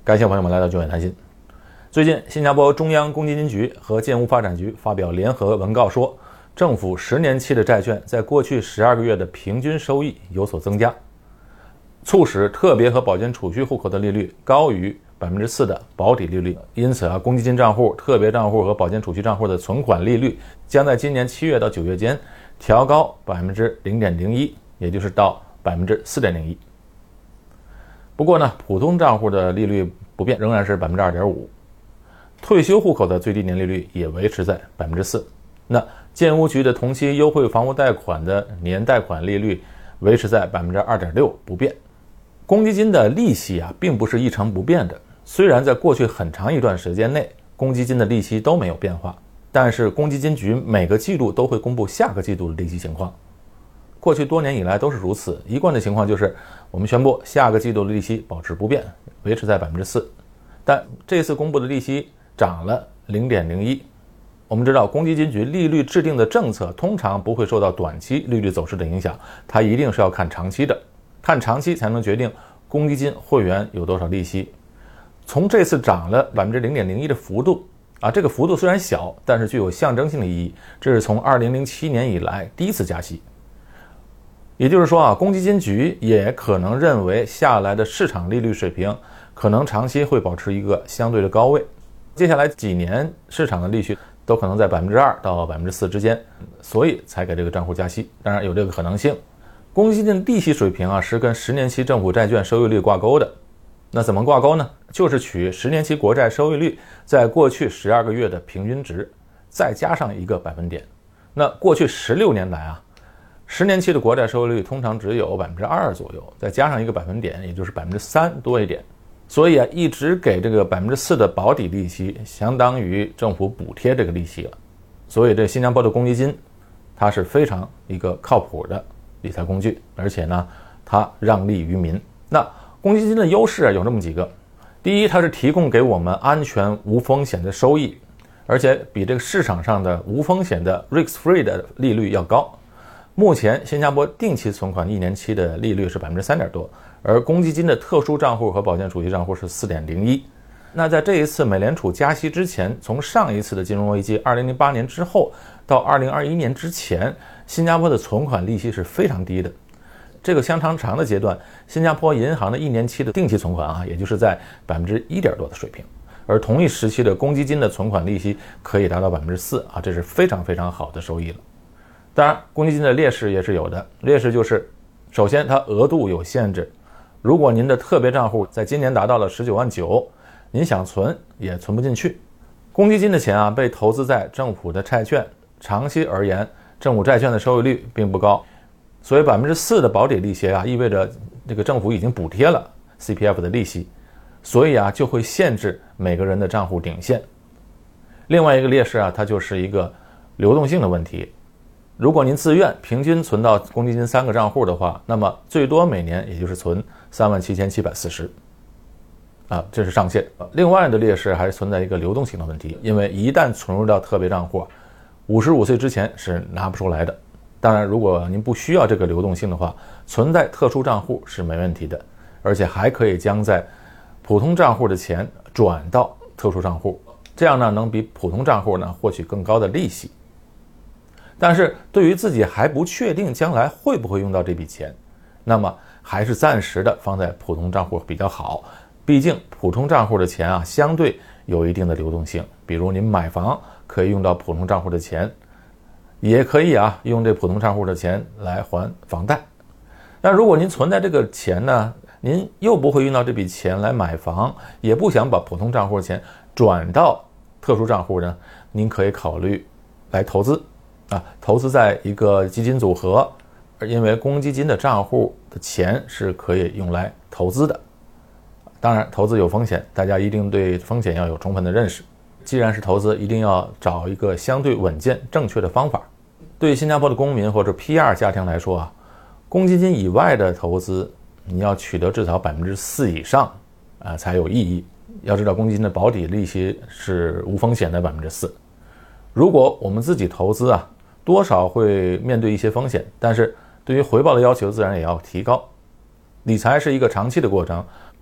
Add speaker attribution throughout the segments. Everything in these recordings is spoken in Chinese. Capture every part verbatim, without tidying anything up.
Speaker 1: 感谢朋友们来到聚远谈心。最近，新加坡中央公积金局和建屋发展局发表联合文告说，政府十年期的债券在过去十二个月的平均收益有所增加，促使特别和保健储蓄户口的利率高于百分之四的保底利率。因此啊，公积金账户、特别账户和保健储蓄账户的存款利率将在今年七月到九月间调高百分之零点零一，也就是到百分之四点零一。不过呢，普通账户的利率不变，仍然是百分之二点五。退休户口的最低年利率也维持在百分之四。那建屋局的同期优惠房屋贷款的年贷款利率维持在百分之二点六不变。公积金的利息啊，并不是一成不变的。虽然在过去很长一段时间内，公积金的利息都没有变化，但是公积金局每个季度都会公布下个季度的利息情况。过去多年以来都是如此，一贯的情况就是我们宣布下个季度的利息保持不变，维持在百分之四。但这次公布的利息涨了零点零一。我们知道，公积金局利率制定的政策通常不会受到短期利率走势的影响，它一定是要看长期的，看长期才能决定公积金会员有多少利息。从这次涨了百分之零点零一的幅度啊，这个幅度虽然小，但是具有象征性的意义。这是从二零零七年以来第一次加息。也就是说啊，公积金局也可能认为下来的市场利率水平可能长期会保持一个相对的高位，接下来几年市场的利率都可能在百分之二到百分之四之间，所以才给这个账户加息。当然有这个可能性。公积金利息水平啊是跟十年期政府债券收益率挂钩的。那怎么挂钩呢？就是取十年期国债收益率在过去十二个月的平均值，再加上一个百分点。那过去十六年来啊，十年期的国债收益率通常只有百分之二左右，再加上一个百分点，也就是百分之三多一点。所以啊，一直给这个百分之四的保底利息，相当于政府补贴这个利息了。所以这新加坡的公积金，它是非常一个靠谱的理财工具，而且呢，它让利于民。那公积金的优势啊有这么几个：第一，它是提供给我们安全无风险的收益，而且比这个市场上的无风险的 risk-free 的利率要高。目前新加坡定期存款一年期的利率是百分之三点多，而公积金的特殊账户和保健储蓄账户是四点零一。那在这一次美联储加息之前，从上一次的金融危机二零零八年之后到二零二一年之前，新加坡的存款利息是非常低的。这个相当长的阶段，新加坡银行的一年期的定期存款啊，也就是在百分之一点多的水平，而同一时期的公积金的存款利息可以达到百分之四啊，这是非常非常好的收益了。当然，公积金的劣势也是有的。劣势就是，首先它额度有限制。如果您的特别账户在今年达到了十九万九，您想存也存不进去。公积金的钱啊，被投资在政府的债券，长期而言，政府债券的收益率并不高，所以百分之四的保底利息啊，意味着这个政府已经补贴了 C P F 的利息，所以啊，就会限制每个人的账户顶线。另外一个劣势啊，它就是一个流动性的问题。如果您自愿平均存到公积金三个账户的话，那么最多每年也就是存三万七千七百四十，啊，这是上限。另外的劣势还是存在一个流动性的问题，因为一旦存入到特别账户，五十五岁之前是拿不出来的。当然，如果您不需要这个流动性的话，存在特殊账户是没问题的，而且还可以将在普通账户的钱转到特殊账户，这样呢能比普通账户呢获取更高的利息。但是对于自己还不确定将来会不会用到这笔钱，那么还是暂时的放在普通账户比较好。毕竟普通账户的钱啊，相对有一定的流动性。比如您买房可以用到普通账户的钱，也可以啊用这普通账户的钱来还房贷。那如果您存在这个钱呢，您又不会用到这笔钱来买房，也不想把普通账户的钱转到特殊账户呢，您可以考虑来投资。啊，投资在一个基金组合，因为公积金的账户的钱是可以用来投资的。当然，投资有风险，大家一定对风险要有充分的认识。既然是投资，一定要找一个相对稳健、正确的方法。对于新加坡的公民或者 P R 家庭来说啊，公积金以外的投资，你要取得至少百分之四以上啊才有意义。要知道，公积金的保底利息是无风险的百分之四。如果我们自己投资啊，多少会面对一些风险，但是对于回报的要求自然也要提高。理财是一个长期的过程，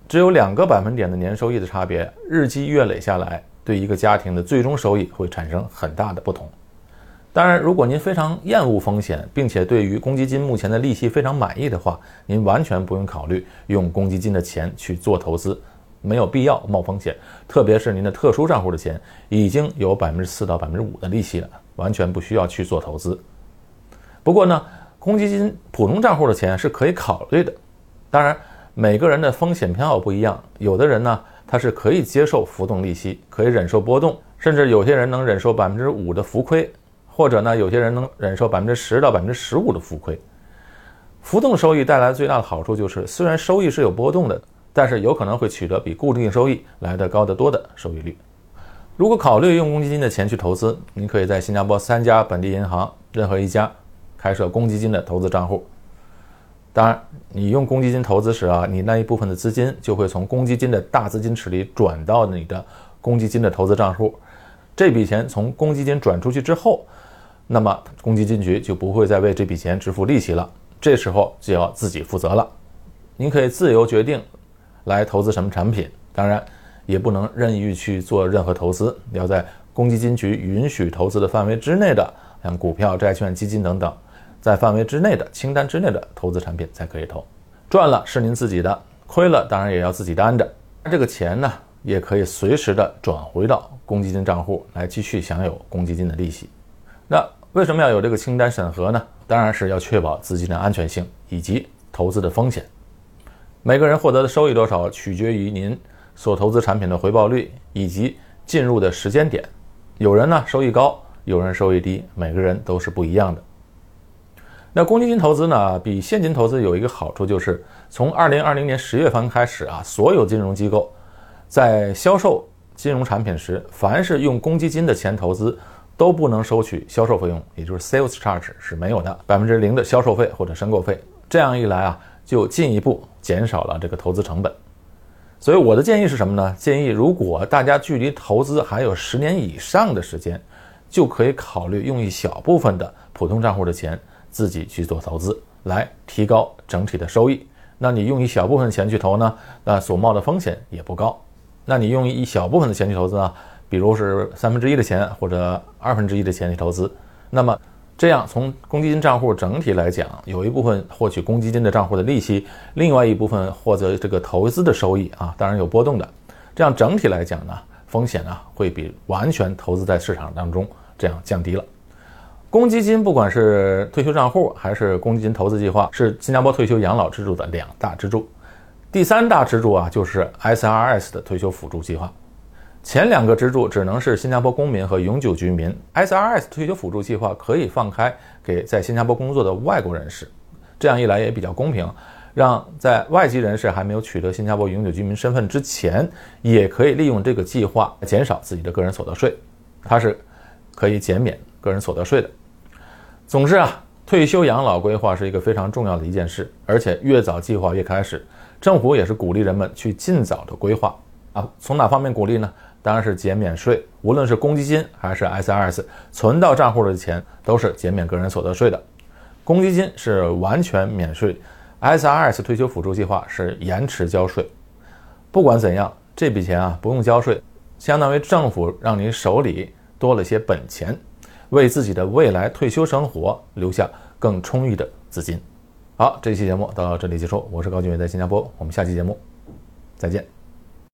Speaker 1: 只有两个百分点的年收益的差别，日积月累下来，对一个家庭的最终收益会产生很大的不同。当然，如果您非常厌恶风险，并且对于公积金目前的利息非常满意的话，您完全不用考虑用公积金的钱去做投资，没有必要冒风险。特别是您的特殊账户的钱已经有 百分之四 到 百分之五 的利息了，完全不需要去做投资。不过呢，公积金普通账户的钱是可以考虑的。当然，每个人的风险偏好不一样，有的人呢，他是可以接受浮动利息，可以忍受波动，甚至有些人能忍受 百分之五 的浮亏。或者呢，有些人能忍受 百分之十 到 百分之十五 的浮亏。浮动收益带来最大的好处就是，虽然收益是有波动的，但是有可能会取得比固定收益来得高得多的收益率。如果考虑用公积金的钱去投资，您可以在新加坡三家本地银行任何一家开设公积金的投资账户。当然，你用公积金投资时啊，你那一部分的资金就会从公积金的大资金池里转到你的公积金的投资账户。这笔钱从公积金转出去之后，那么公积金局就不会再为这笔钱支付利息了，这时候就要自己负责了。您可以自由决定来投资什么产品，当然也不能任意去做任何投资，要在公积金局允许投资的范围之内的，像股票、债券、基金等等，在范围之内的清单之内的投资产品才可以投。赚了是您自己的，亏了当然也要自己担着。这个钱呢，也可以随时的转回到公积金账户来继续享有公积金的利息。那为什么要有这个清单审核呢？当然是要确保资金的安全性以及投资的风险。每个人获得的收益多少取决于您所投资产品的回报率以及进入的时间点。有人呢收益高，有人收益低，每个人都是不一样的。那公积金投资呢，比现金投资有一个好处，就是从二零二零年十月份开始啊，所有金融机构在销售金融产品时，凡是用公积金的钱投资，都不能收取销售费用，也就是 sales charge 是没有的， 百分之零 的销售费或者申购费。这样一来啊，就进一步减少了这个投资成本。所以我的建议是什么呢？建议如果大家距离投资还有十年以上的时间，就可以考虑用一小部分的普通账户的钱自己去做投资，来提高整体的收益。那你用一小部分钱去投呢，那所冒的风险也不高。那你用一小部分的钱去投资呢，比如是三分之一的钱或者二分之一的钱去投资，那么这样从公积金账户整体来讲，有一部分获取公积金的账户的利息，另外一部分获得这个投资的收益啊，当然有波动的。这样整体来讲呢，风险呢会比完全投资在市场当中这样降低了。公积金不管是退休账户还是公积金投资计划，是新加坡退休养老支柱的两大支柱。第三大支柱啊，就是 S R S 的退休辅助计划。前两个支柱只能是新加坡公民和永久居民， S R S 退休辅助计划可以放开给在新加坡工作的外国人士，这样一来也比较公平，让在外籍人士还没有取得新加坡永久居民身份之前，也可以利用这个计划减少自己的个人所得税，它是可以减免个人所得税的。总之啊，退休养老规划是一个非常重要的一件事，而且越早计划越开始。政府也是鼓励人们去尽早的规划啊。从哪方面鼓励呢？当然是减免税，无论是公积金还是 S R S 存到账户的钱都是减免个人所得税的。公积金是完全免税， S R S 退休辅助计划是延迟交税。不管怎样，这笔钱啊不用交税，相当于政府让你手里多了些本钱，为自己的未来退休生活留下更充裕的资金。好，这期节目到这里结束，我是高俊伟，在新加坡，我们下期节目再见。